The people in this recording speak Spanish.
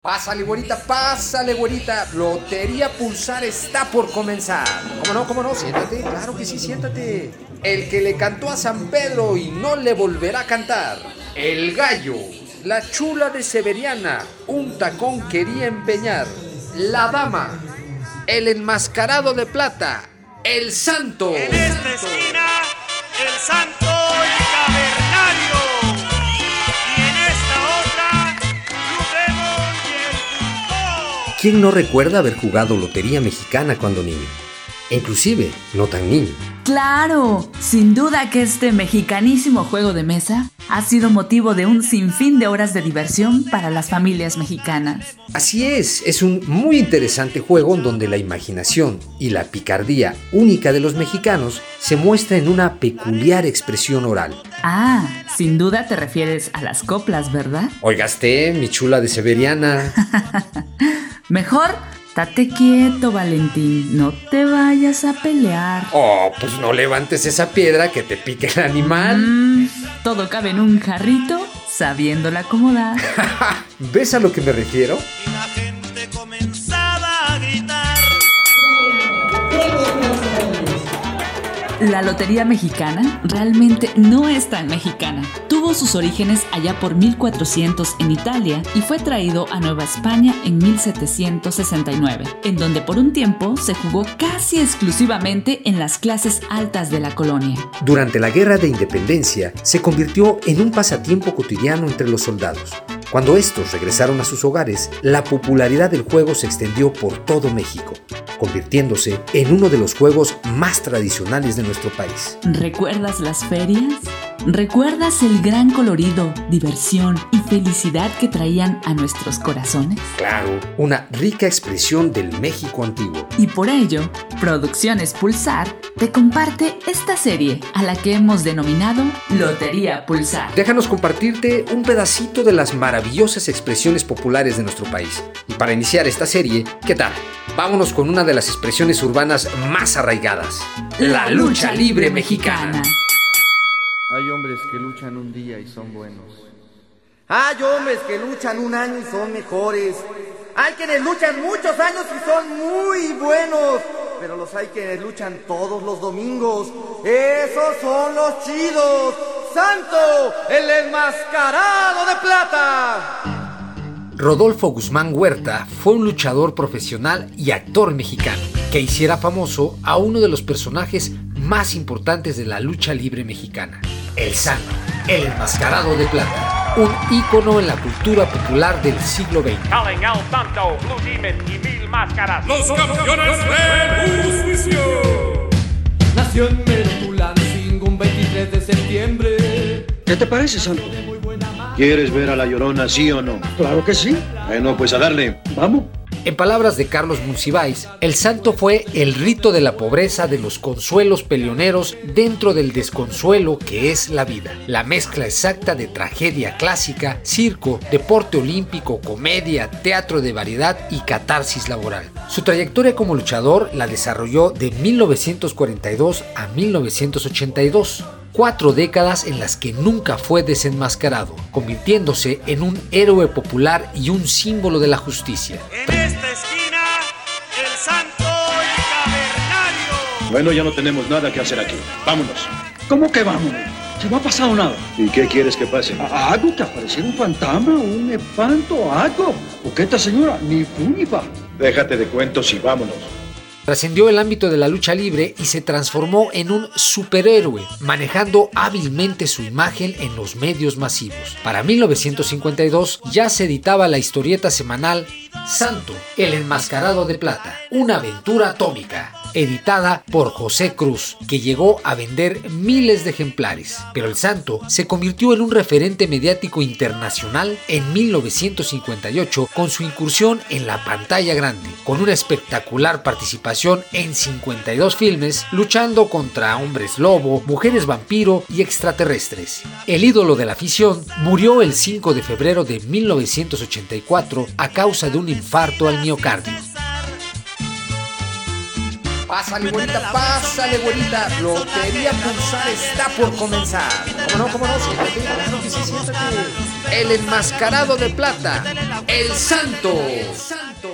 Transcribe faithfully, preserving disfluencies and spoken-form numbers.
Pásale, güerita, pásale, güerita. Lotería Pulsar está por comenzar. ¿Cómo no, cómo no? Siéntate, claro que sí, siéntate. El que le cantó a San Pedro y no le volverá a cantar. El gallo, la chula de Severiana, un tacón quería empeñar. La dama, el enmascarado de plata, el santo. En esta esquina, el santo y cavernario. Y en esta otra, Blue y el Punto. ¿Quién no recuerda haber jugado Lotería Mexicana cuando niño? Inclusive, no tan niño. ¡Claro! Sin duda que este mexicanísimo juego de mesa ha sido motivo de un sinfín de horas de diversión para las familias mexicanas. Así es, es un muy interesante juego en donde la imaginación y la picardía única de los mexicanos se muestra en una peculiar expresión oral. Ah, sin duda te refieres a las coplas, ¿verdad? Oigaste, mi chula de Severiana. Mejor, tate quieto, Valentín, no te vayas a pelear. Oh, pues no levantes esa piedra que te pique el animal. Mm, todo cabe en un jarrito, sabiéndola acomodar. ¿Ves a lo que me refiero? Y la gente comenzaba a gritar. La Lotería Mexicana realmente no es tan mexicana. Tuvo sus orígenes allá por mil cuatrocientos en Italia y fue traído a Nueva España en mil setecientos sesenta y nueve, en donde por un tiempo se jugó casi exclusivamente en las clases altas de la colonia. Durante la Guerra de Independencia se convirtió en un pasatiempo cotidiano entre los soldados. Cuando estos regresaron a sus hogares, la popularidad del juego se extendió por todo México, convirtiéndose en uno de los juegos más tradicionales de nuestro país. ¿Recuerdas las ferias? ¿Recuerdas el gran colorido, diversión y felicidad que traían a nuestros corazones? Claro, una rica expresión del México antiguo. Y por ello, Producciones Pulsar te comparte esta serie a la que hemos denominado Lotería Pulsar. Déjanos compartirte un pedacito de las maravillosas expresiones populares de nuestro país. Y para iniciar esta serie, ¿qué tal? Vámonos con una de las expresiones urbanas más arraigadas: la lucha libre mexicana. Hay hombres que luchan un día y son buenos. Hay hombres que luchan un año y son mejores. Hay quienes luchan muchos años y son muy buenos. Pero los hay quienes luchan todos los domingos. Esos son los chidos. ¡Santo, el enmascarado de plata! Rodolfo Guzmán Huerta fue un luchador profesional y actor mexicano que hiciera famoso a uno de los personajes más importantes de la lucha libre mexicana, el Santo, el enmascarado de plata, un ícono en la cultura popular del siglo veinte. Salen al Santo, Blue Demon y Mil Máscaras. Los campeones de justicia. Nació en Tulancingo un veintitrés de septiembre. ¿Qué te parece, Santo? ¿Quieres ver a La Llorona, sí o no? Claro que sí. Bueno, pues a darle. Vamos. En palabras de Carlos Monsiváis, el santo fue el rito de la pobreza de los consuelos peleoneros dentro del desconsuelo que es la vida. La mezcla exacta de tragedia clásica, circo, deporte olímpico, comedia, teatro de variedad y catarsis laboral. Su trayectoria como luchador la desarrolló de mil novecientos cuarenta y dos a mil novecientos ochenta y dos. Cuatro décadas en las que nunca fue desenmascarado, convirtiéndose en un héroe popular y un símbolo de la justicia. En esta esquina, el santo y cavernario. Bueno, ya no tenemos nada que hacer aquí. Vámonos. ¿Cómo que vámonos? Si no ha pasado nada. ¿Y qué quieres que pase? A- algo que apareciera un fantasma, un espanto, algo. Porque esta señora ni fu ni fa. Déjate de cuentos y vámonos. Trascendió el ámbito de la lucha libre y se transformó en un superhéroe, manejando hábilmente su imagen en los medios masivos. Para mil novecientos cincuenta y dos ya se editaba la historieta semanal Santo, el enmascarado de plata, una aventura atómica, editada por José Cruz, que llegó a vender miles de ejemplares. Pero el Santo se convirtió en un referente mediático internacional en mil novecientos cincuenta y ocho con su incursión en la pantalla grande, con una espectacular participación en cincuenta y dos filmes, luchando contra hombres lobo, mujeres vampiro y extraterrestres. El ídolo de la afición murió el cinco de febrero de mil novecientos ochenta y cuatro a causa de un infarto al miocardio. Pásale, güerita, pásale, güerita. Lotería Pulsar está por comenzar. ¿Cómo no, cómo no? Siéntate, claro que sí, siéntate. El enmascarado de plata, el Santo. El Santo.